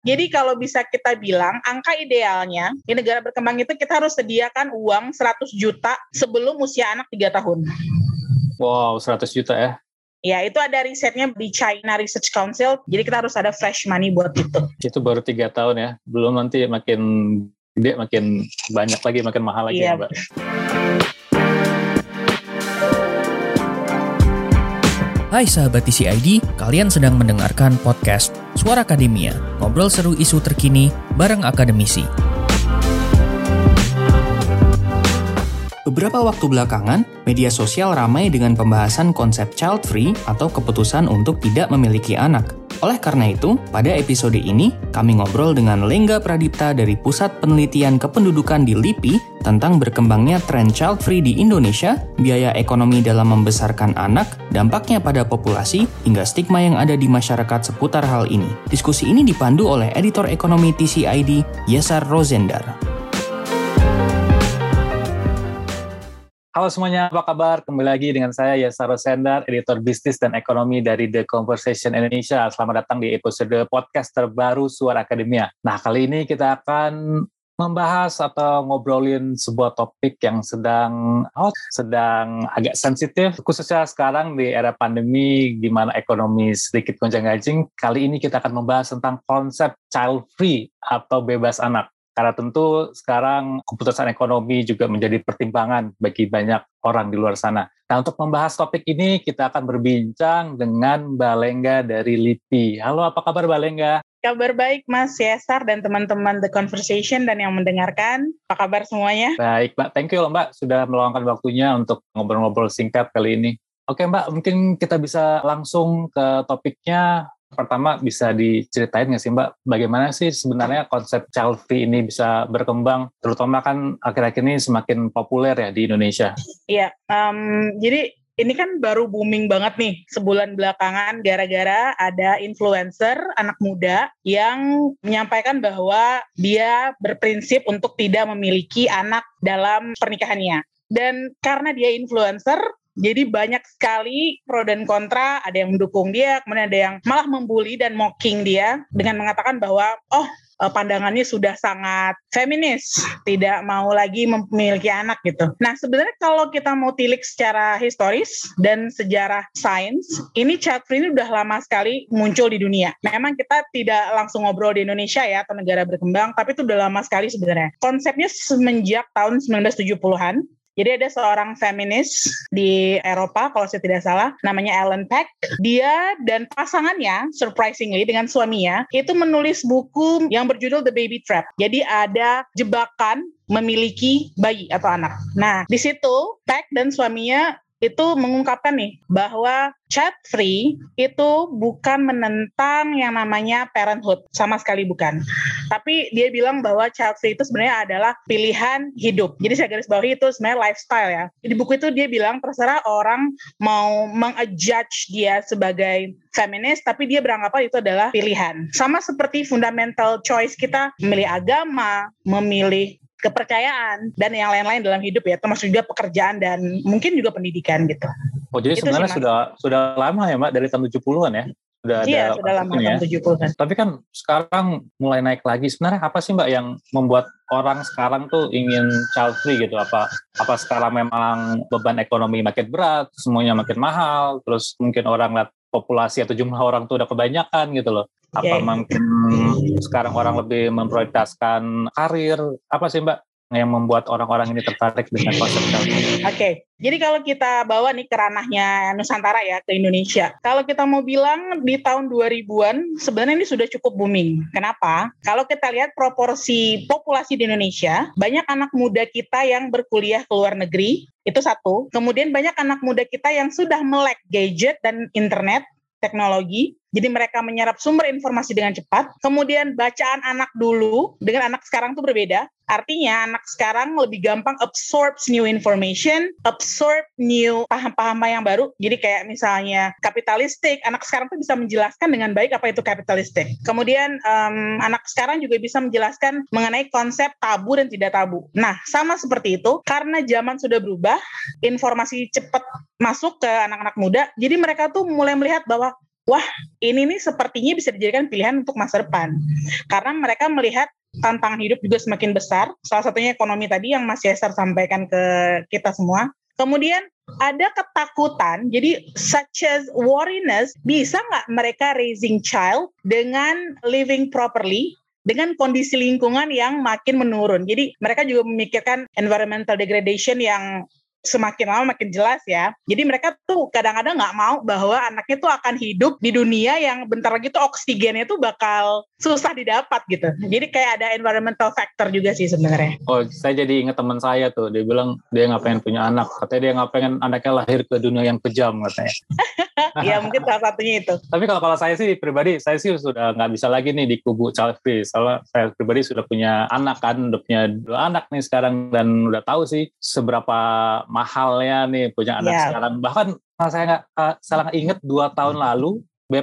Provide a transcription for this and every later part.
Jadi kalau bisa kita bilang, angka idealnya di negara berkembang itu kita harus sediakan uang 100 juta sebelum usia anak 3 tahun. Wow, 100 juta ya? Ya, itu ada risetnya di China Research Council, jadi kita harus ada fresh money buat itu. Itu baru 3 tahun ya? Belum nanti makin gede, makin banyak lagi, makin mahal lagi ya, Mbak? Hai sahabat TCID, kalian sedang mendengarkan podcast Suara Akademia, ngobrol seru isu terkini bareng akademisi. Beberapa waktu belakangan, media sosial ramai dengan pembahasan konsep child free atau keputusan untuk tidak memiliki anak. Oleh karena itu, pada episode ini, kami ngobrol dengan Lengga Pradipta dari Pusat Penelitian Kependudukan di LIPI tentang berkembangnya tren child free di Indonesia, biaya ekonomi dalam membesarkan anak, dampaknya pada populasi, hingga stigma yang ada di masyarakat seputar hal ini. Diskusi ini dipandu oleh editor ekonomi TCID, Yesar Rosendar. Halo semuanya, apa kabar? Kembali lagi dengan saya Yesar Rosendar, editor bisnis dan ekonomi dari The Conversation Indonesia. Selamat datang di episode podcast terbaru Suara Akademia. Nah, kali ini kita akan membahas atau ngobrolin sebuah topik yang sedang agak sensitif, khususnya sekarang di era pandemi, di mana ekonomi sedikit gonjang-ganjing. Kali ini kita akan membahas tentang konsep child free atau bebas anak. Karena tentu sekarang keputusan ekonomi juga menjadi pertimbangan bagi banyak orang di luar sana. Nah, untuk membahas topik ini, kita akan berbincang dengan Mbak Lengga dari LIPI. Halo, apa kabar Mbak Lengga? Kabar baik Mas Yesar dan teman-teman The Conversation dan yang mendengarkan. Apa kabar semuanya? Baik, Mbak. Thank you loh Mbak, sudah meluangkan waktunya untuk ngobrol-ngobrol singkat kali ini. Oke Mbak, mungkin kita bisa langsung ke topiknya. Pertama, bisa diceritain nggak sih Mbak, bagaimana sih sebenarnya konsep child free ini bisa berkembang, terutama kan akhir-akhir ini semakin populer ya di Indonesia? Iya, jadi ini kan baru booming banget nih sebulan belakangan gara-gara ada influencer anak muda yang menyampaikan bahwa dia berprinsip untuk tidak memiliki anak dalam pernikahannya. Dan karena dia influencer, jadi banyak sekali pro dan kontra, ada yang mendukung dia, kemudian ada yang malah membuli dan mocking dia dengan mengatakan bahwa pandangannya sudah sangat feminis, tidak mau lagi memiliki anak gitu. Nah sebenarnya kalau kita mau tilik secara historis dan sejarah sains, ini child free ini udah lama sekali muncul di dunia. Memang kita tidak langsung ngobrol di Indonesia ya atau negara berkembang, tapi itu udah lama sekali sebenarnya. Konsepnya semenjak tahun 1970-an. Jadi ada seorang feminis di Eropa, kalau saya tidak salah, namanya Ellen Peck. Dia dan pasangannya, surprisingly, dengan suaminya, itu menulis buku yang berjudul The Baby Trap. Jadi ada jebakan memiliki bayi atau anak. Nah, di situ Peck dan suaminya itu mengungkapkan nih bahwa child free itu bukan menentang yang namanya parenthood, sama sekali bukan. Tapi dia bilang bahwa child free itu sebenarnya adalah pilihan hidup. Jadi saya garis bawahi itu sebenarnya lifestyle ya. Di buku itu dia bilang terserah orang mau meng-judge dia sebagai feminis, tapi dia beranggapan itu adalah pilihan. Sama seperti fundamental choice kita memilih agama, memilih kepercayaan dan yang lain-lain dalam hidup ya, termasuk juga pekerjaan dan mungkin juga pendidikan gitu. Oh jadi itu sebenarnya sudah lama ya Mbak, dari tahun 70-an ya? Sudah lama tahun 70-an. Tapi kan sekarang mulai naik lagi. Sebenarnya apa sih Mbak yang membuat orang sekarang tuh ingin child free gitu? Apa sekarang memang beban ekonomi makin berat, semuanya makin mahal, terus mungkin orang lihat populasi atau jumlah orang tuh udah kebanyakan gitu loh? Apa mungkin sekarang orang lebih memprioritaskan karir? Apa sih Mbak yang membuat orang-orang ini tertarik dengan konsep child free? Oke, jadi kalau kita bawa nih ke ranahnya Nusantara ya, ke Indonesia. Kalau kita mau bilang di tahun 2000-an, sebenarnya ini sudah cukup booming. Kenapa? Kalau kita lihat proporsi populasi di Indonesia, banyak anak muda kita yang berkuliah ke luar negeri, itu satu. Kemudian banyak anak muda kita yang sudah melek gadget dan internet, teknologi, jadi mereka menyerap sumber informasi dengan cepat. Kemudian bacaan anak dulu dengan anak sekarang itu berbeda. Artinya anak sekarang lebih gampang absorb new information, absorb new paham-paham yang baru. Jadi kayak misalnya kapitalistik, anak sekarang tuh bisa menjelaskan dengan baik apa itu kapitalistik. Kemudian anak sekarang juga bisa menjelaskan mengenai konsep tabu dan tidak tabu. Nah, sama seperti itu, karena zaman sudah berubah, informasi cepat masuk ke anak-anak muda, jadi mereka tuh mulai melihat bahwa wah ini nih sepertinya bisa dijadikan pilihan untuk masa depan. Karena mereka melihat tantangan hidup juga semakin besar, salah satunya ekonomi tadi yang Mas Yesar sampaikan ke kita semua. Kemudian ada ketakutan, jadi such as worriness, bisa nggak mereka raising child dengan living properly, dengan kondisi lingkungan yang makin menurun. Jadi mereka juga memikirkan environmental degradation yang semakin lama makin jelas ya. Jadi mereka tuh kadang-kadang nggak mau bahwa anaknya tuh akan hidup di dunia yang bentar lagi tuh oksigennya tuh bakal susah didapat gitu. Jadi kayak ada environmental factor juga sih sebenarnya. Oh, saya jadi ingat teman saya tuh, dia bilang dia nggak pengen punya anak, katanya dia nggak pengen anaknya lahir ke dunia yang kejam katanya. Ya mungkin salah satunya itu. Tapi kalau saya sih pribadi, saya sih sudah nggak bisa lagi nih di kubu child free. Soalnya saya pribadi sudah punya anak kan, udah punya 2 anak nih sekarang, dan udah tahu sih seberapa mahalnya nih punya anak sekarang. Bahkan saya nggak salah ingat 2 tahun lalu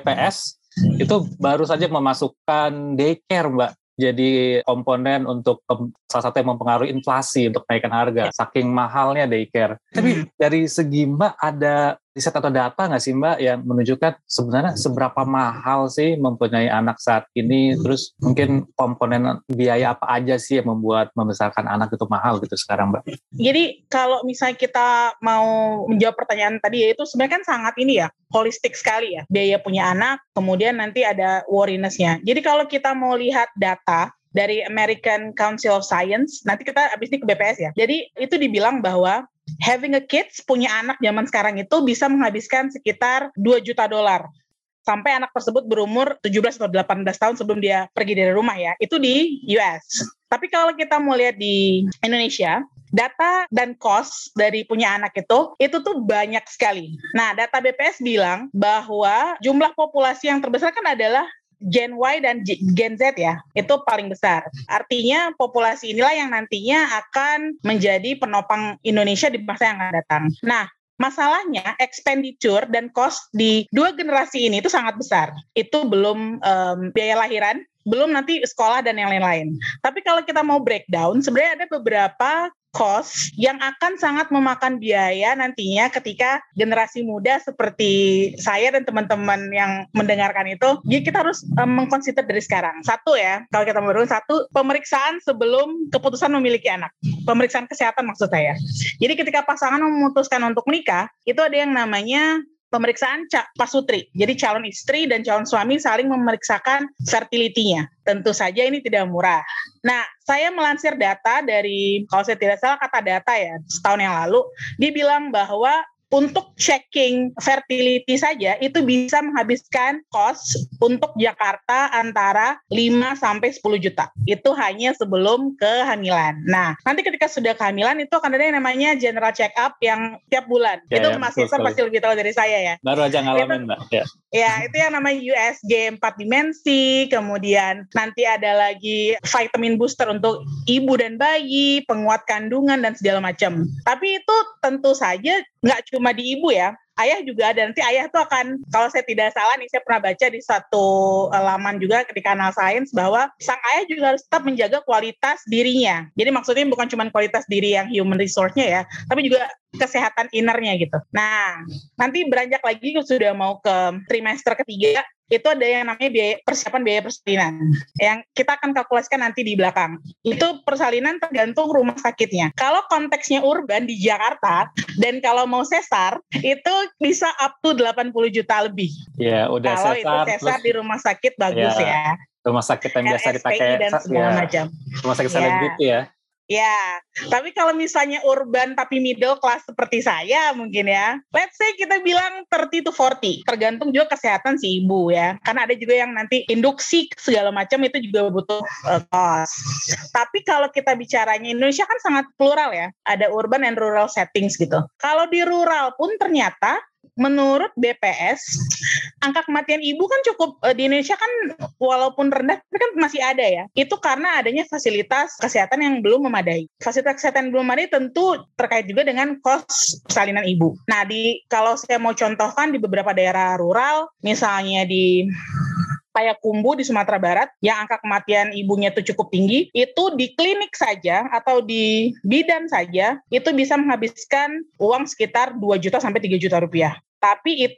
BPS itu baru saja memasukkan daycare, Mbak. Jadi komponen untuk salah satu yang mempengaruhi inflasi untuk naikkan harga. Saking mahalnya daycare. Tapi dari segi Mbak ada riset atau data nggak sih Mbak yang menunjukkan sebenarnya seberapa mahal sih mempunyai anak saat ini? Terus mungkin komponen biaya apa aja sih yang membuat membesarkan anak itu mahal gitu sekarang Mbak? Jadi kalau misalnya kita mau menjawab pertanyaan tadi, yaitu sebenarnya kan sangat ini ya, holistik sekali ya. Biaya punya anak, kemudian nanti ada worriness-nya. Jadi kalau kita mau lihat data dari American Council of Science, nanti kita abis ini ke BPS ya. Jadi itu dibilang bahwa having a kids, punya anak zaman sekarang itu bisa menghabiskan sekitar $2 juta sampai anak tersebut berumur 17 atau 18 tahun sebelum dia pergi dari rumah ya. Itu di US. Tapi kalau kita mau lihat di Indonesia, data dan cost dari punya anak itu tuh banyak sekali. Nah, data BPS bilang bahwa jumlah populasi yang terbesar kan adalah Gen Y dan Gen Z ya, itu paling besar. Artinya populasi inilah yang nantinya akan menjadi penopang Indonesia di masa yang akan datang. Nah, masalahnya expenditure dan cost di 2 generasi ini itu sangat besar. Itu belum biaya lahiran, belum nanti sekolah dan yang lain-lain. Tapi kalau kita mau breakdown, sebenarnya ada beberapa cost yang akan sangat memakan biaya nantinya ketika generasi muda seperti saya dan teman-teman yang mendengarkan itu. Jadi kita harus mengconsider dari sekarang. Satu ya, kalau kita mau satu, pemeriksaan sebelum keputusan memiliki anak. Pemeriksaan kesehatan maksud saya. Jadi ketika pasangan memutuskan untuk menikah, itu ada yang namanya pemeriksaan pasutri. Jadi calon istri dan calon suami saling memeriksakan fertility-nya. Tentu saja ini tidak murah. Nah, saya melansir data dari, kalau saya tidak salah kata data ya, setahun yang lalu, dia bilang bahwa untuk checking fertility saja itu bisa menghabiskan cost untuk Jakarta antara 5 sampai 10 juta. Itu hanya sebelum kehamilan. Nah, nanti ketika sudah kehamilan itu akan ada yang namanya general check up yang tiap bulan. Ya, itu Mas Yesar pasti lebih tahu dari saya ya. Baru aja ngalamin, Mbak. Ya, itu yang namanya USG 4 dimensi, kemudian nanti ada lagi vitamin booster untuk ibu dan bayi, penguat kandungan dan segala macam. Tapi itu tentu saja nggak cuma di ibu ya, ayah juga ada. Nanti ayah tuh akan, kalau saya tidak salah nih, saya pernah baca di satu laman juga di kanal Sains bahwa sang ayah juga harus tetap menjaga kualitas dirinya. Jadi maksudnya bukan cuma kualitas diri yang human resource-nya ya, tapi juga kesehatan innernya gitu. Nah, nanti beranjak lagi sudah mau ke trimester ketiga, itu ada yang namanya persiapan biaya persalinan yang kita akan kalkulasikan nanti di belakang. Itu persalinan tergantung rumah sakitnya. Kalau konteksnya urban di Jakarta dan kalau mau sesar itu bisa up to 80 juta lebih. Ya, udah kalau sesar. Kalau itu sesar di rumah sakit bagus ya. Rumah sakit yang biasa dipakai dan segala macam. Rumah sakit selebriti ya. Ya, tapi kalau misalnya urban tapi middle class seperti saya mungkin ya, let's say kita bilang 30 to 40, tergantung juga kesehatan si ibu ya, karena ada juga yang nanti induksi segala macam itu juga butuh cost. Tapi kalau kita bicaranya Indonesia kan sangat plural ya, ada urban and rural settings gitu. Kalau di rural pun ternyata menurut BPS, angka kematian ibu kan cukup di Indonesia kan walaupun rendah, tapi kan masih ada ya. Itu karena adanya fasilitas kesehatan yang belum memadai. Fasilitas kesehatan yang belum memadai tentu terkait juga dengan kos persalinan ibu. Nah, kalau saya mau contohkan di beberapa daerah rural, misalnya di Payakumbuh di Sumatera Barat, yang angka kematian ibunya itu cukup tinggi, itu di klinik saja atau di bidan saja, itu bisa menghabiskan uang sekitar 2 juta sampai 3 juta rupiah. Tapi itu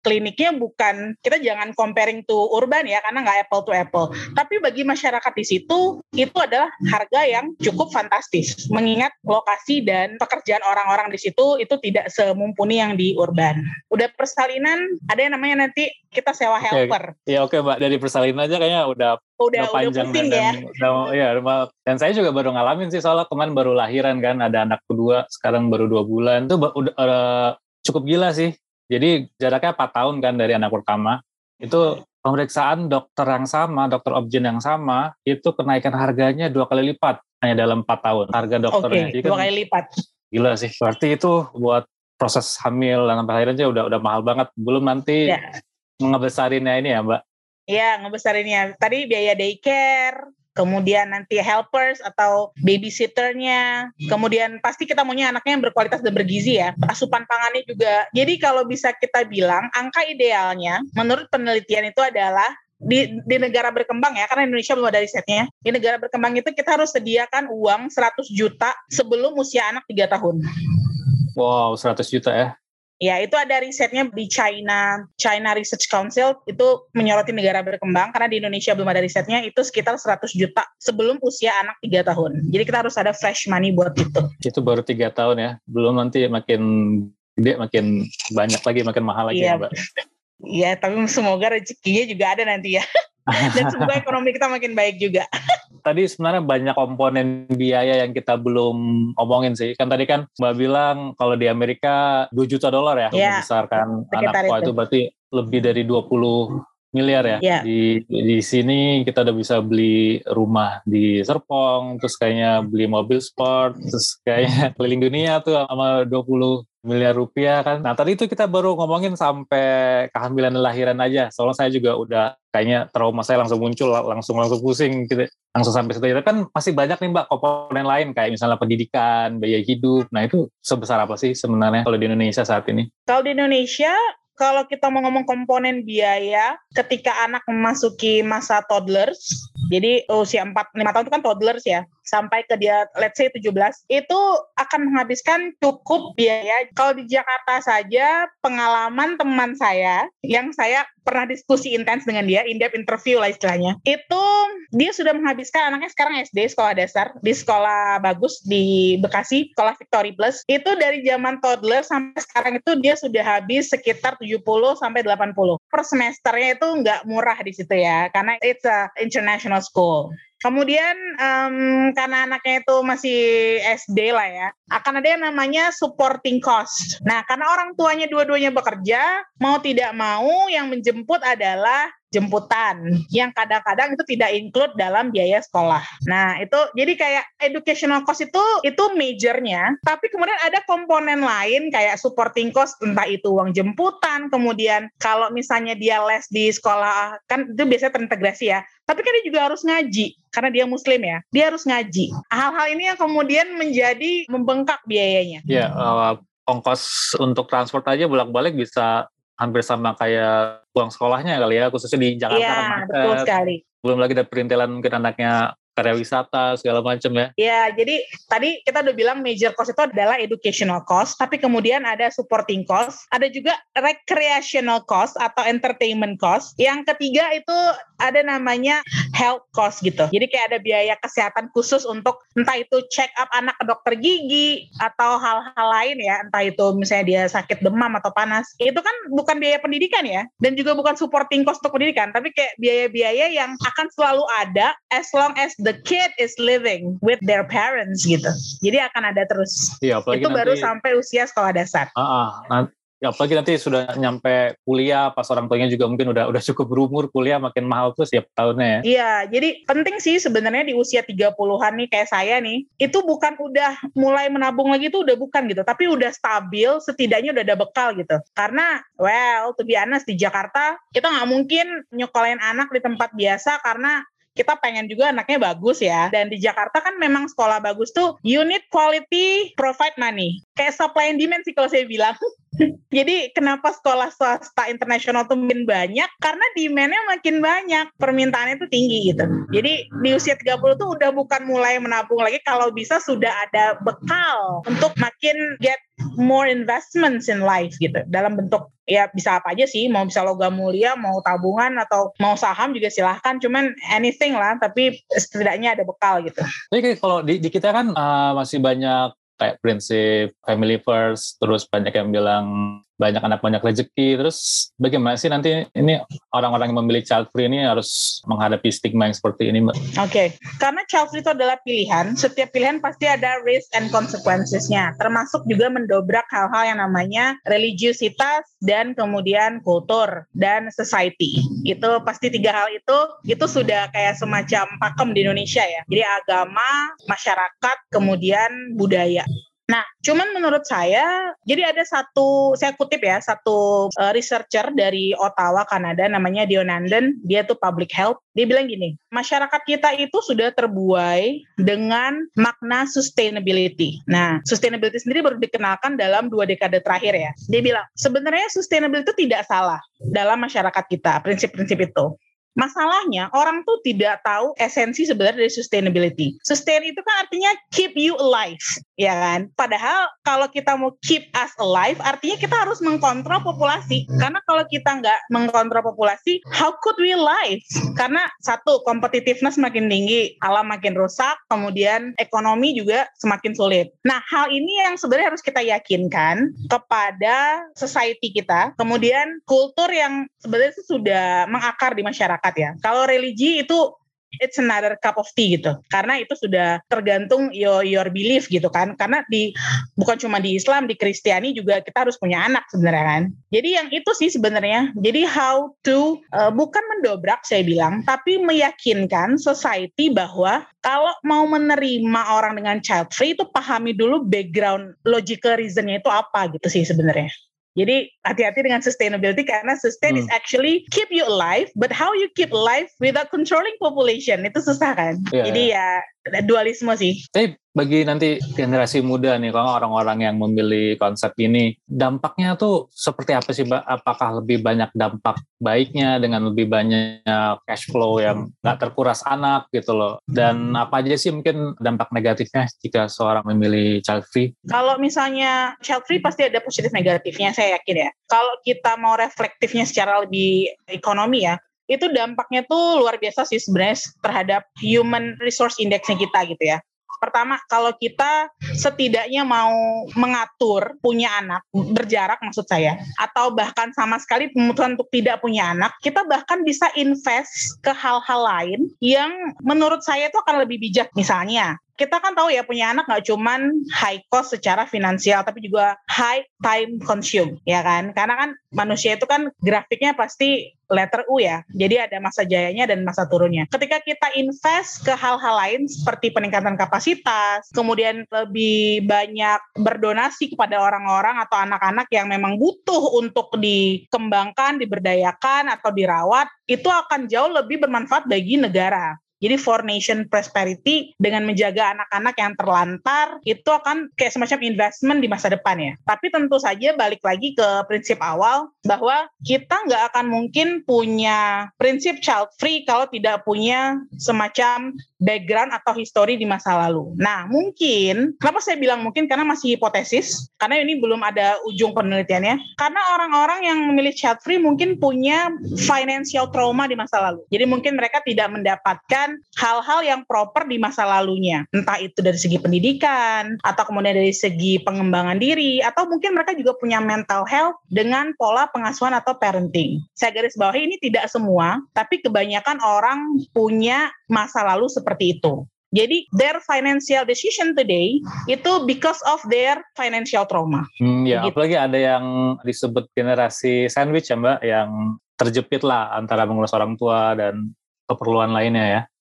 kliniknya bukan, kita jangan comparing to urban ya, karena nggak apple to apple. Tapi bagi masyarakat di situ, itu adalah harga yang cukup fantastis. Mengingat lokasi dan pekerjaan orang-orang di situ, itu tidak semumpuni yang di urban. Udah persalinan, ada yang namanya nanti kita sewa helper. Ya oke Mbak, dari persalinan aja kayaknya udah panjang pusing dan dan saya juga baru ngalamin sih, soalnya kemarin baru lahiran kan, ada anak kedua, sekarang baru 2 bulan. Itu udah cukup gila sih. Jadi jaraknya 4 tahun kan dari anak pertama. Itu pemeriksaan dokter yang sama, dokter objin yang sama, itu kenaikan harganya 2 kali lipat hanya dalam 4 tahun. Harga dokternya. Oke, 2 kali lipat. Gila sih. Berarti itu buat proses hamil dan lahiran aja udah mahal banget. Belum nanti ngebesarinnya ini ya Mbak. Iya, ngebesarinnya. Tadi biaya daycare, kemudian nanti helpers atau babysitternya, kemudian pasti kita maunya anaknya yang berkualitas dan bergizi ya, asupan pangannya juga. Jadi kalau bisa kita bilang, angka idealnya menurut penelitian itu adalah di negara berkembang ya, karena Indonesia belum ada risetnya. Di negara berkembang itu kita harus sediakan uang 100 juta sebelum usia anak 3 tahun. Wow, 100 juta ya? Ya, itu ada risetnya di China Research Council, itu menyoroti negara berkembang, karena di Indonesia belum ada risetnya, itu sekitar 100 juta sebelum usia anak 3 tahun. Jadi kita harus ada fresh money buat itu. Itu baru 3 tahun ya, belum nanti makin gede, makin banyak lagi, makin mahal lagi ya Mbak. Iya, tapi semoga rezekinya juga ada nanti ya. Dan semoga ekonomi kita makin baik juga. Tadi sebenarnya banyak komponen biaya yang kita belum omongin sih. Kan tadi kan Mbak bilang kalau di Amerika $2 juta ya membesarkan anak. Wah, itu berarti lebih dari 20 miliar ya. Di sini kita udah bisa beli rumah di Serpong, terus kayaknya beli mobil sport, terus kayaknya keliling dunia tuh sama 20 miliar rupiah kan. Nah tadi itu kita baru ngomongin sampai kehamilan dan lahiran aja. Soalnya saya juga udah kayaknya trauma saya langsung muncul, langsung pusing gitu. Langsung sampai situ. Tapi kan masih banyak nih Mbak komponen lain kayak misalnya pendidikan, biaya hidup. Nah itu sebesar apa sih sebenarnya kalau di Indonesia saat ini? Kalau di Indonesia, kalau kita mau ngomong komponen biaya ketika anak memasuki masa toddlers, jadi usia 4-5 tahun itu kan toddlers ya, sampai ke dia let's say 17, itu akan menghabiskan cukup biaya. Kalau di Jakarta saja, pengalaman teman saya yang saya pernah diskusi intens dengan dia, in-depth interview lah istilahnya, itu dia sudah menghabiskan, anaknya sekarang SD, sekolah dasar, di sekolah bagus di Bekasi, sekolah Victory Plus, itu dari zaman toddler sampai sekarang itu dia sudah habis sekitar 70-80 per semesternya. Itu nggak murah di situ ya, karena it's a international school. Kemudian karena anaknya itu masih SD lah ya, akan ada yang namanya supporting cost. Nah, karena orang tuanya dua-duanya bekerja, mau tidak mau yang menjemput adalah jemputan, yang kadang-kadang itu tidak include dalam biaya sekolah. Nah, itu jadi kayak educational cost itu majornya, tapi kemudian ada komponen lain kayak supporting cost, entah itu uang jemputan, kemudian kalau misalnya dia les di sekolah, kan itu biasanya terintegrasi ya, tapi kan dia juga harus ngaji, karena dia muslim ya, dia harus ngaji. Hal-hal ini yang kemudian menjadi membengkak biayanya. Ya, ongkos untuk transport aja bolak-balik bisa hampir sama kayak uang sekolahnya kali ya, khususnya di Jakarta. Iya, betul sekali. Belum lagi ada perintilan mungkin anaknya karya wisata segala macam ya. Ya, jadi tadi kita udah bilang major cost itu adalah educational cost, tapi kemudian ada supporting cost, ada juga recreational cost atau entertainment cost. Yang ketiga itu ada namanya health cost gitu. Jadi kayak ada biaya kesehatan khusus untuk entah itu check up anak ke dokter gigi atau hal-hal lain ya, entah itu misalnya dia sakit demam atau panas. Itu kan bukan biaya pendidikan ya, dan juga bukan supporting cost untuk pendidikan, tapi kayak biaya-biaya yang akan selalu ada as long as the kid is living with their parents gitu. Jadi akan ada terus. Iya, itu nanti, baru sampai usia sekolah dasar. Apalagi nanti sudah nyampe kuliah, pas orang tuanya juga mungkin udah cukup berumur, kuliah makin mahal terus setiap tahunnya ya. Iya, jadi penting sih sebenarnya di usia 30-an nih kayak saya nih, itu bukan udah mulai menabung lagi, itu udah bukan gitu, tapi udah stabil, setidaknya udah ada bekal gitu. Karena to be honest, di Jakarta kita nggak mungkin nyekolahin anak di tempat biasa karena kita pengen juga anaknya bagus ya. Dan di Jakarta kan memang sekolah bagus tuh, you need quality, provide money. Kayak supply and demand sih kalau saya bilang. Jadi kenapa sekolah swasta internasional tuh makin banyak? Karena demand-nya makin banyak, permintaannya tuh tinggi gitu. Jadi di usia 30 tuh udah bukan mulai menabung lagi, kalau bisa sudah ada bekal untuk makin get more investments in life gitu. Dalam bentuk ya bisa apa aja sih, mau bisa logam mulia, mau tabungan atau mau saham juga silahkan. Cuman anything lah, tapi setidaknya ada bekal gitu. Jadi kalau di kita kan masih banyak kayak prinsip family first, terus banyak yang bilang banyak anak banyak rezeki. Terus bagaimana sih nanti ini orang-orang yang memilih child free ini harus menghadapi stigma yang seperti ini, Mbak? Oke, karena child free itu adalah pilihan. Setiap pilihan pasti ada risk and consequences-nya, termasuk juga mendobrak hal-hal yang namanya religiusitas dan kemudian kultur dan society. Itu pasti 3 hal itu sudah kayak semacam pakem di Indonesia ya. Jadi agama, masyarakat, kemudian budaya. Nah, cuman menurut saya, jadi ada saya kutip ya, satu researcher dari Ottawa, Kanada, namanya Dion Nanden, dia tuh public health, dia bilang gini, masyarakat kita itu sudah terbuai dengan makna sustainability. Nah, sustainability sendiri baru dikenalkan dalam 2 dekade terakhir ya. Dia bilang, sebenarnya sustainability itu tidak salah dalam masyarakat kita, prinsip-prinsip itu. Masalahnya orang tuh tidak tahu esensi sebenarnya dari sustainability. Sustain itu kan artinya keep you alive, ya kan? Padahal kalau kita mau keep us alive, artinya kita harus mengkontrol populasi. Karena kalau kita nggak mengkontrol populasi, how could we live? Karena satu, competitiveness makin tinggi, alam makin rusak, kemudian ekonomi juga semakin sulit. Nah, hal ini yang sebenarnya harus kita yakinkan kepada society kita, kemudian kultur yang sebenarnya sudah mengakar di masyarakat ya. Kalau religi itu it's another cup of tea gitu. Karena itu sudah tergantung your belief gitu kan. Karena bukan cuma di Islam, di Kristiani juga kita harus punya anak sebenarnya kan. Jadi yang itu sih sebenarnya. Jadi how to bukan mendobrak saya bilang, tapi meyakinkan society bahwa kalau mau menerima orang dengan child free itu pahami dulu background logical reasonnya itu apa gitu sih sebenarnya. Jadi hati-hati dengan sustainability karena sustain is actually keep you alive, but how you keep alive without controlling population itu susah kan. Jadi ya dualisme sih. Tapi bagi nanti generasi muda nih, kalau orang-orang yang memilih konsep ini, dampaknya tuh seperti apa sih, Mbak? Apakah lebih banyak dampak baiknya dengan lebih banyak cash flow yang nggak terkuras anak gitu loh? Dan apa aja sih mungkin dampak negatifnya jika seorang memilih child free? Kalau misalnya child free pasti ada positif negatifnya, saya yakin ya. Kalau kita mau reflektifnya secara lebih ekonomi ya, itu dampaknya tuh luar biasa sih sebenarnya terhadap human resource index-nya kita gitu ya. Pertama, kalau kita setidaknya mau mengatur punya anak, berjarak maksud saya, atau bahkan sama sekali pemutusan untuk tidak punya anak, kita bahkan bisa invest ke hal-hal lain yang menurut saya itu akan lebih bijak. Misalnya, kita kan tahu ya punya anak nggak cuman high cost secara finansial, tapi juga high time consume, ya kan? Karena kan manusia itu kan grafiknya pasti letter U ya. Jadi ada masa jayanya dan masa turunnya. Ketika kita invest ke hal-hal lain seperti peningkatan kapasitas, kemudian lebih banyak berdonasi kepada orang-orang atau anak-anak yang memang butuh untuk dikembangkan, diberdayakan atau dirawat, itu akan jauh lebih bermanfaat bagi negara. Jadi for nation prosperity dengan menjaga anak-anak yang terlantar itu akan kayak semacam investment di masa depan ya. Tapi tentu saja balik lagi ke prinsip awal bahwa kita nggak akan mungkin punya prinsip child free kalau tidak punya semacam background atau history di masa lalu. Nah mungkin, kenapa saya bilang mungkin karena masih hipotesis, karena ini belum ada ujung penelitiannya. Karena orang-orang yang memilih child free mungkin punya financial trauma di masa lalu. Jadi mungkin mereka tidak mendapatkan hal-hal yang proper di masa lalunya. Entah itu dari segi pendidikan, atau kemudian dari segi pengembangan diri, atau mungkin mereka juga punya mental health dengan pola pengasuhan atau parenting. Saya garis bawahi ini tidak semua, tapi kebanyakan orang punya masa lalu seperti itu. Jadi their financial decision today itu because of their financial trauma. Ya, gitu. Apalagi ada yang disebut generasi sandwich ya Mbak, yang terjepit lah antara mengurus orang tua dan keperluan lainnya ya.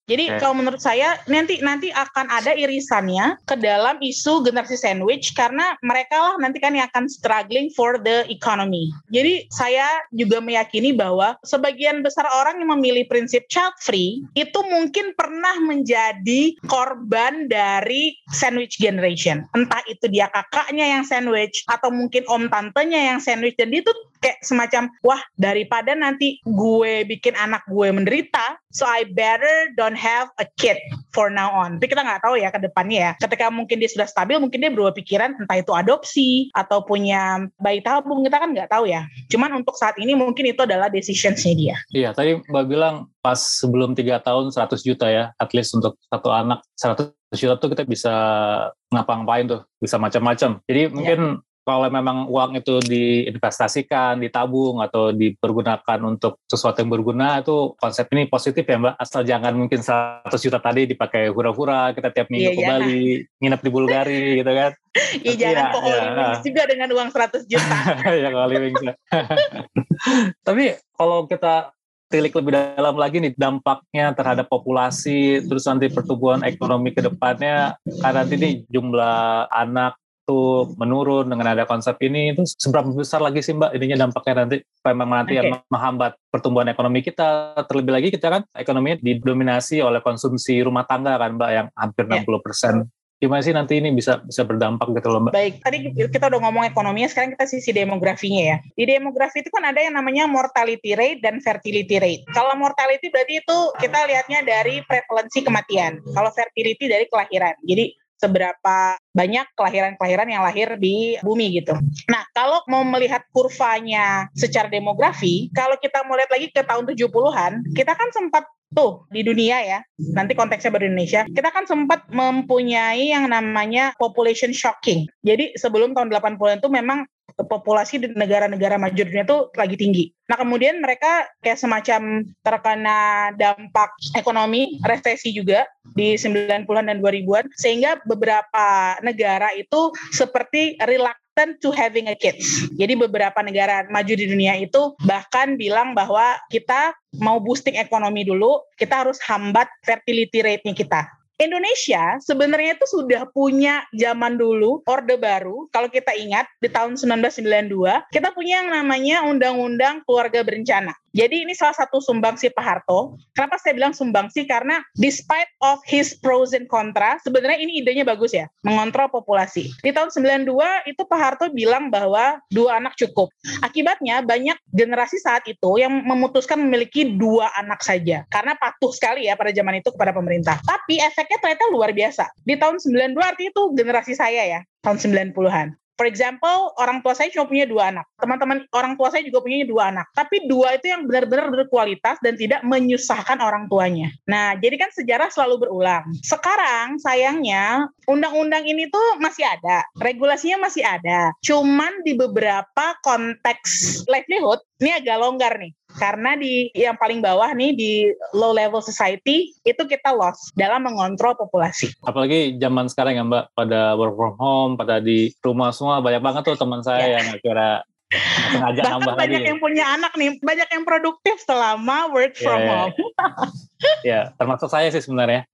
Jadi kalau menurut saya nanti akan ada irisannya ke dalam isu generasi sandwich karena mereka lah nanti kan yang akan struggling for the economy. Jadi saya juga meyakini bahwa sebagian besar orang yang memilih prinsip child free itu mungkin pernah menjadi korban dari sandwich generation. Entah itu dia kakaknya yang sandwich atau mungkin om tantenya yang sandwich, dan dia tuh kayak semacam, wah daripada nanti gue bikin anak gue menderita, so I better don't have a kid for now on. Tapi kita nggak tahu ya ke depannya ya. Ketika mungkin dia sudah stabil, mungkin dia berubah pikiran entah itu adopsi atau punya bayi tabung, kita kan nggak tahu ya. Cuman untuk saat ini mungkin itu adalah decisions-nya dia. Iya, tadi Mbak bilang pas sebelum 3 tahun 100 juta ya, at least untuk satu anak 100 juta tuh kita bisa ngapa-ngapain tuh, bisa macam-macam. Jadi mungkin kalau memang uang itu diinvestasikan, ditabung, atau dipergunakan untuk sesuatu yang berguna, itu konsep ini positif ya Mbak. Asal jangan mungkin 100 juta tadi dipakai hura-hura, kita tiap minggu ke Bali, nginep di Bulgari gitu kan. Iya, jangan ke Holy Wings juga dengan uang 100 juta. Ya ke Holy Wings. Tapi kalau kita tilik lebih dalam lagi nih, dampaknya terhadap populasi, terus nanti pertumbuhan ekonomi ke depannya, karena nanti jumlah anak tuh menurun dengan ada konsep ini, itu seberapa besar lagi sih Mbak ininya dampaknya nanti memang nanti yang menghambat pertumbuhan ekonomi kita. Terlebih lagi kita kan ekonominya didominasi oleh konsumsi rumah tangga kan Mbak, yang hampir 60%. Gimana sih nanti ini bisa berdampak gitu loh Mbak? Baik, tadi kita udah ngomong ekonominya, sekarang kita sisi demografinya ya. Di demografi itu kan ada yang namanya mortality rate dan fertility rate. Kalau mortality berarti itu kita lihatnya dari prevalensi kematian. Kalau fertility dari kelahiran. Jadi seberapa banyak kelahiran-kelahiran yang lahir di bumi gitu. Nah, kalau mau melihat kurvanya secara demografi, kalau kita mau lihat lagi ke tahun 70-an, kita kan sempat tuh di dunia ya, nanti konteksnya baru Indonesia, kita kan sempat mempunyai yang namanya population shocking. Jadi sebelum tahun 80-an itu memang populasi di negara-negara maju dunia itu lagi tinggi. Nah kemudian mereka kayak semacam terkena dampak ekonomi, resesi juga di 90-an dan 2000-an, sehingga beberapa negara itu seperti reluctant to having a kids. Jadi beberapa negara maju di dunia itu bahkan bilang bahwa kita mau boosting ekonomi dulu, kita harus hambat fertility rate-nya kita. Indonesia sebenarnya itu sudah punya zaman dulu Orde Baru. Kalau kita ingat di tahun 1992 kita punya yang namanya Undang-Undang Keluarga Berencana. Jadi ini salah satu sumbangsi Pak Harto. Kenapa saya bilang sumbangsi? Karena despite of his pros and contra, sebenarnya ini idenya bagus ya, mengontrol populasi. Di tahun 92 itu Pak Harto bilang bahwa 2 anak cukup. Akibatnya banyak generasi saat itu yang memutuskan memiliki 2 anak saja. Karena patuh sekali ya pada zaman itu kepada pemerintah. Tapi efeknya ternyata luar biasa. Di tahun 92 artinya itu generasi saya ya, tahun 90-an. For example, orang tua saya cuma punya 2 anak. Teman-teman orang tua saya juga punya 2 anak. Tapi 2 itu yang benar-benar berkualitas dan tidak menyusahkan orang tuanya. Nah, jadi kan sejarah selalu berulang. Sekarang sayangnya undang-undang ini tuh masih ada. Regulasinya masih ada. Cuman di beberapa konteks livelihood, ini agak longgar nih. Karena di yang paling bawah nih, di low level society, itu kita lost dalam mengontrol populasi. Apalagi zaman sekarang ya Mbak, pada work from home, pada di rumah semua, banyak banget tuh teman saya yang kira sengaja nambah lagi. Bahkan banyak yang punya anak nih, banyak yang produktif selama work from home. Ya, termasuk saya sih sebenarnya.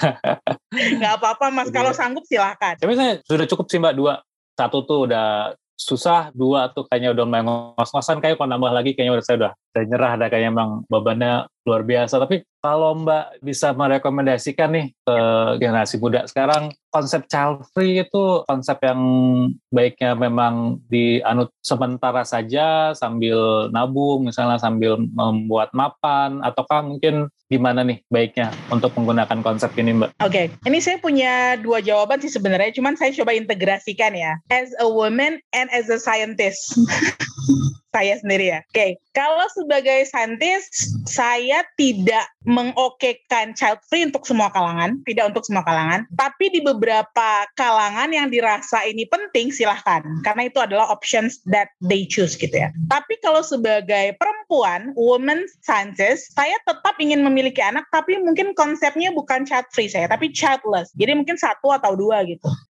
Nggak apa-apa Mas, kalau sanggup silahkan. Tapi saya sudah cukup sih Mbak, 2. 1 tuh udah susah, 2 tuh kayaknya udah main ngos-ngosan, kayak kalau nambah lagi kayaknya saya udah nyerah, ada kayaknya emang bebannya luar biasa. Tapi kalau Mbak bisa merekomendasikan nih ke generasi muda sekarang, konsep child free itu konsep yang baiknya memang dianut sementara saja sambil nabung, misalnya sambil membuat mapan, ataukah mungkin gimana nih baiknya untuk menggunakan konsep ini Mbak? Oke, ini saya punya 2 jawaban sih sebenarnya, cuman saya coba integrasikan ya. As a woman and as a scientist. Saya sendiri ya. Oke, kalau sebagai saintis, saya tidak mengokekan child free untuk semua kalangan, tidak untuk semua kalangan, tapi di beberapa kalangan yang dirasa ini penting, silahkan. Karena itu adalah options that they choose gitu ya. Tapi kalau sebagai perempuan, woman scientist, saya tetap ingin memiliki anak, tapi mungkin konsepnya bukan child free saya, tapi childless. Jadi mungkin 1 atau 2 gitu.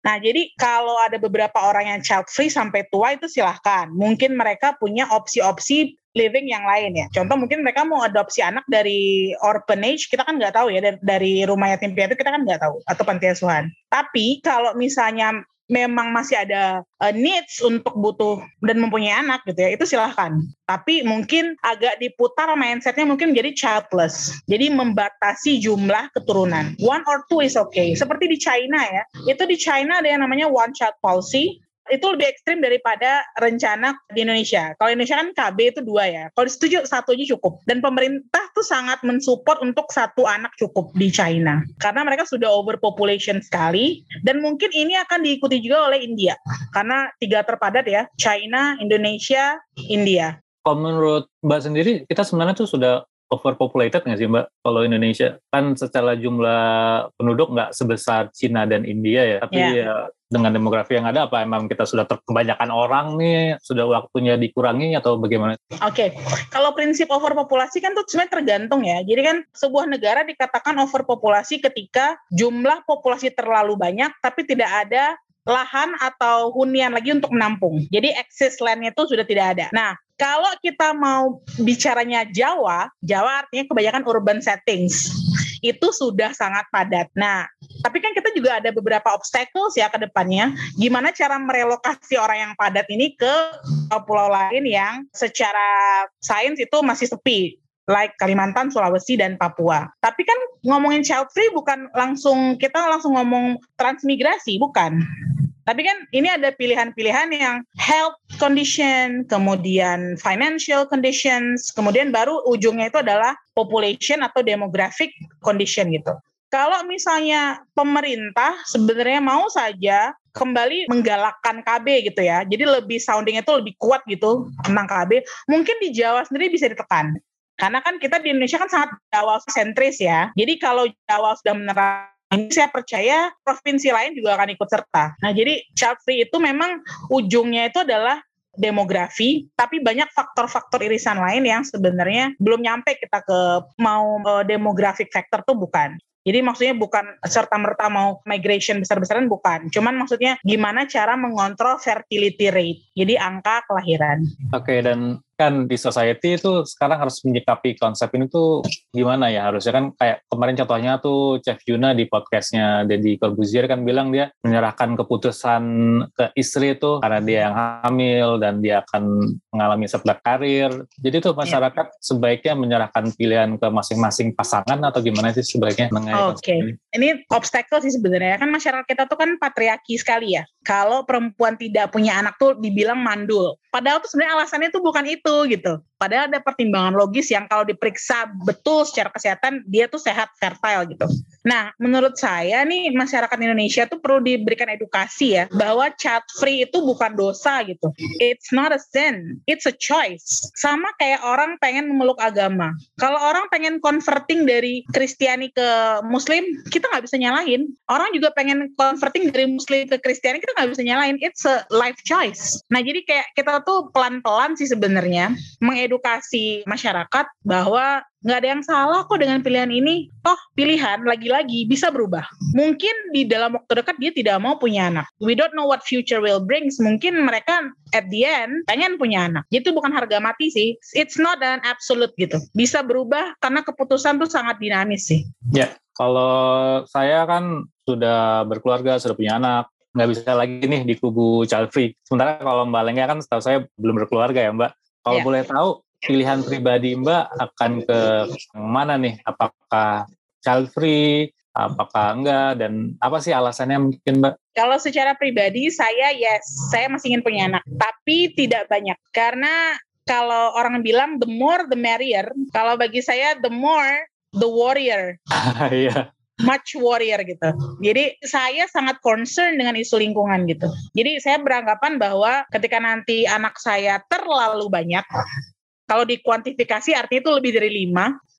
Nah, jadi kalau ada beberapa orang yang child free sampai tua itu silahkan. Mungkin mereka punya opsi-opsi living yang lain ya. Contoh mungkin mereka mau adopsi anak dari orphanage, kita kan nggak tahu ya, dari rumah yatim piatu kita kan nggak tahu, atau panti asuhan. Tapi kalau misalnya memang masih ada needs untuk butuh dan mempunyai anak gitu ya, itu silahkan. Tapi mungkin agak diputar mindsetnya mungkin menjadi childless. Jadi membatasi jumlah keturunan. 1 or 2 is okay. Seperti di China ya. Itu di China ada yang namanya one child policy. Itu lebih ekstrim daripada rencana di Indonesia. Kalau Indonesia kan KB itu 2 ya. Kalau disetujui 1 aja cukup. Dan pemerintah tuh sangat mensupport untuk 1 anak cukup di China. Karena mereka sudah overpopulation sekali. Dan mungkin ini akan diikuti juga oleh India. Karena 3 terpadat ya. China, Indonesia, India. Kalau menurut Mbak sendiri, kita sebenarnya tuh sudah overpopulated nggak sih Mbak? Kalau Indonesia kan secara jumlah penduduk nggak sebesar Cina dan India ya. Tapi ya dengan demografi yang ada, apa emang kita sudah kebanyakan orang nih, sudah waktunya dikurangi atau bagaimana? Oke. Kalau prinsip overpopulasi kan tuh sebenarnya tergantung ya. Jadi kan sebuah negara dikatakan overpopulasi ketika jumlah populasi terlalu banyak tapi tidak ada lahan atau hunian lagi untuk menampung. Jadi excess land-nya itu sudah tidak ada. Nah, kalau kita mau bicaranya Jawa artinya kebanyakan urban settings. Itu sudah sangat padat. Nah, tapi kan kita juga ada beberapa obstacles ya ke depannya. Gimana cara merelokasi orang yang padat ini ke pulau lain yang secara sains itu masih sepi. Like Kalimantan, Sulawesi, dan Papua. Tapi kan ngomongin child free bukan kita langsung ngomong transmigrasi, bukan. Tapi kan ini ada pilihan-pilihan yang health condition, kemudian financial conditions, kemudian baru ujungnya itu adalah population atau demographic condition gitu. Kalau misalnya pemerintah sebenarnya mau saja kembali menggalakkan KB gitu ya, jadi lebih soundingnya itu lebih kuat gitu tentang KB, mungkin di Jawa sendiri bisa ditekan. Karena kan kita di Indonesia kan sangat Jawa sentris ya, jadi kalau Jawa sudah menerapkan ini, saya percaya provinsi lain juga akan ikut serta. Nah, jadi child free itu memang ujungnya itu adalah demografi, tapi banyak faktor-faktor irisan lain yang sebenarnya belum nyampe kita ke mau demographic factor tuh bukan. Jadi maksudnya bukan serta-merta mau migration besar-besaran, bukan. Cuman maksudnya gimana cara mengontrol fertility rate, jadi angka kelahiran. Oke, dan kan di society itu sekarang harus menyikapi konsep ini tuh gimana ya, harusnya kan kayak kemarin contohnya tuh Chef Yuna di podcastnya Deddy Corbuzier kan bilang dia menyerahkan keputusan ke istri itu karena dia yang hamil dan dia akan mengalami setback karir. Jadi tuh masyarakat sebaiknya menyerahkan pilihan ke masing-masing pasangan atau gimana sih sebaiknya? Oke. Ini obstacle sih sebenarnya, kan masyarakat kita tuh kan patriarki sekali ya. Kalau perempuan tidak punya anak tuh dibilang mandul. Padahal tuh sebenarnya alasannya tuh bukan itu gitu. Padahal ada pertimbangan logis yang kalau diperiksa betul secara kesehatan dia tuh sehat, fertile gitu. Nah, menurut saya nih masyarakat Indonesia tuh perlu diberikan edukasi ya bahwa child free itu bukan dosa gitu. It's not a sin, it's a choice. Sama kayak orang pengen memeluk agama. Kalau orang pengen converting dari Kristiani ke Muslim, kita nggak bisa nyalahin. Orang juga pengen converting dari Muslim ke Kristiani, kita nggak bisa nyalahin. It's a life choice. Nah, jadi kayak kita tuh pelan-pelan sih sebenarnya mengedukasi masyarakat bahwa nggak ada yang salah kok dengan pilihan ini. Toh pilihan lagi-lagi bisa berubah. Mungkin di dalam waktu dekat dia tidak mau punya anak. We don't know what future will brings. Mungkin mereka at the end pengen punya anak. Itu bukan harga mati sih. It's not an absolute gitu. Bisa berubah karena keputusan tuh sangat dinamis sih. Ya, kalau saya kan sudah berkeluarga, sudah punya anak, nggak bisa lagi nih di kubu child free. Sementara kalau Mbak Lengga kan setahu saya belum berkeluarga ya Mbak. Kalau boleh tahu pilihan pribadi Mbak akan ke mana nih? Apakah child free, apakah enggak, dan apa sih alasannya mungkin Mbak? Kalau secara pribadi saya saya masih ingin punya anak, tapi tidak banyak. Karena kalau orang bilang the more the merrier, kalau bagi saya the more the warrior. Iya. Much warrior gitu. Jadi saya sangat concern dengan isu lingkungan gitu. Jadi saya beranggapan bahwa ketika nanti anak saya terlalu banyak, kalau dikuantifikasi artinya itu lebih dari 5,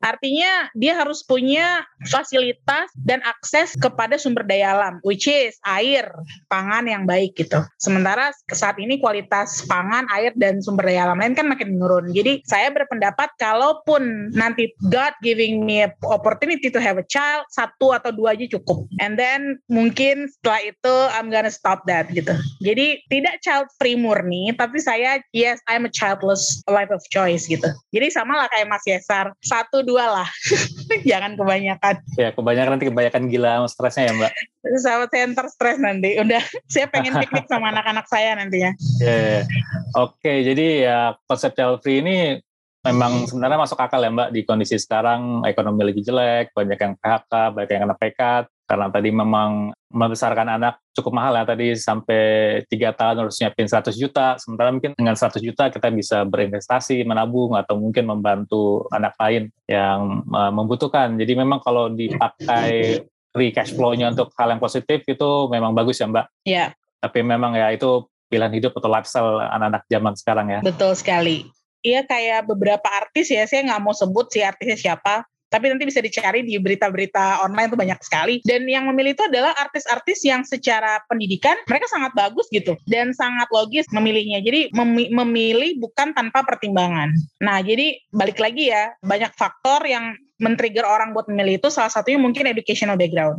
Artinya dia harus punya fasilitas dan akses kepada sumber daya alam, which is air, pangan yang baik gitu. Sementara saat ini kualitas pangan, air, dan sumber daya alam lain kan makin menurun. Jadi saya berpendapat kalaupun nanti God giving me opportunity to have a child, 1 atau 2 aja cukup. And then mungkin setelah itu I'm gonna stop that gitu. Jadi tidak child free murni, tapi saya yes I'm a childless life of choice gitu. Jadi sama lah kayak Mas Yesar, 1-2 lah. Jangan kebanyakan. Ya, nanti kebanyakan gila sama stresnya ya Mbak. Sama center stres nanti. Udah, saya pengen piknik sama anak-anak saya nantinya. Yeah. Oke, jadi ya konsep child free ini memang sebenarnya masuk akal ya Mbak di kondisi sekarang ekonomi lagi jelek, banyak yang PHK, banyak yang kena PK, karena tadi memang membesarkan anak cukup mahal ya, tadi sampai 3 tahun harus nyiapin 100 juta, sementara mungkin dengan 100 juta kita bisa berinvestasi, menabung, atau mungkin membantu anak lain yang membutuhkan. Jadi memang kalau dipakai free cash flow-nya untuk hal yang positif itu memang bagus ya Mbak. Iya. Tapi memang ya itu pilihan hidup atau lifestyle anak-anak zaman sekarang ya. Betul sekali. Iya, kayak beberapa artis ya, saya nggak mau sebut si artisnya siapa, tapi nanti bisa dicari di berita-berita online tuh banyak sekali. Dan yang memilih itu adalah artis-artis yang secara pendidikan mereka sangat bagus gitu dan sangat logis memilihnya. Jadi memilih bukan tanpa pertimbangan. Nah, jadi balik lagi ya, banyak faktor yang men-trigger orang buat memilih itu, salah satunya mungkin educational background.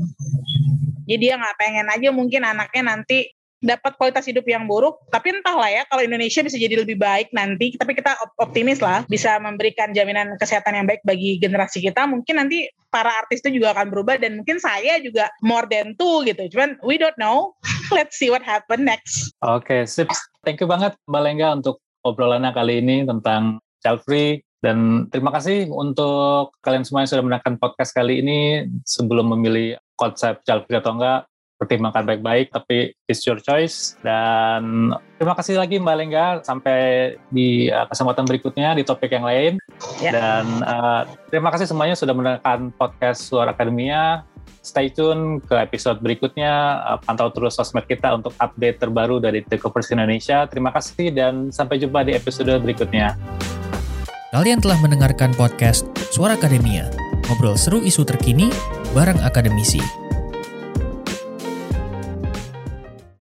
Jadi dia nggak pengen aja mungkin anaknya nanti dapat kualitas hidup yang buruk, tapi entahlah ya, kalau Indonesia bisa jadi lebih baik nanti, tapi kita optimis lah, bisa memberikan jaminan kesehatan yang baik bagi generasi kita, mungkin nanti para artis itu juga akan berubah, dan mungkin saya juga more than 2 gitu, cuman we don't know, let's see what happen next. Oke, sip. Thank you banget Mbak Lengga untuk obrolannya kali ini tentang child free. Dan terima kasih untuk kalian semua yang sudah mendengarkan podcast kali ini. Sebelum memilih konsep child free atau enggak, pertimbangkan baik-baik, tapi it's your choice. Dan terima kasih lagi Mbak Lengga, sampai di kesempatan berikutnya di topik yang lain. Dan terima kasih semuanya sudah mendengarkan podcast Suara Akademia. Stay tune ke episode berikutnya, pantau terus sosmed kita untuk update terbaru dari The Conversation Indonesia. Terima kasih dan sampai jumpa di episode berikutnya. Kalian telah mendengarkan podcast Suara Akademia, ngobrol seru isu terkini bareng akademisi.